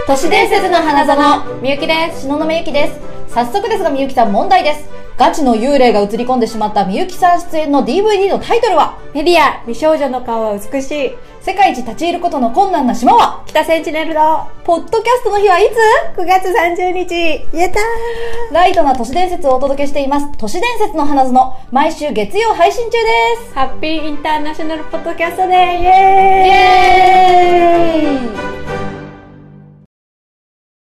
都市伝説の花園、 みゆきです。 篠宮ゆきです。早速ですがみゆきさん、問題です。ガチの幽霊が映り込んでしまったみゆきさん出演の DVD のタイトルは？ メディア、美少女の顔は美しい。 世界一立ち入ることの困難な島は？ 北センチネルド。 ポッドキャストの日はいつ？ 9月30日。やったー。 ライトな都市伝説をお届けしています。都市伝説の花園、毎週月曜配信中です。 ハッピーインターナショナルポッドキャストでイエーイ。 イエーイ。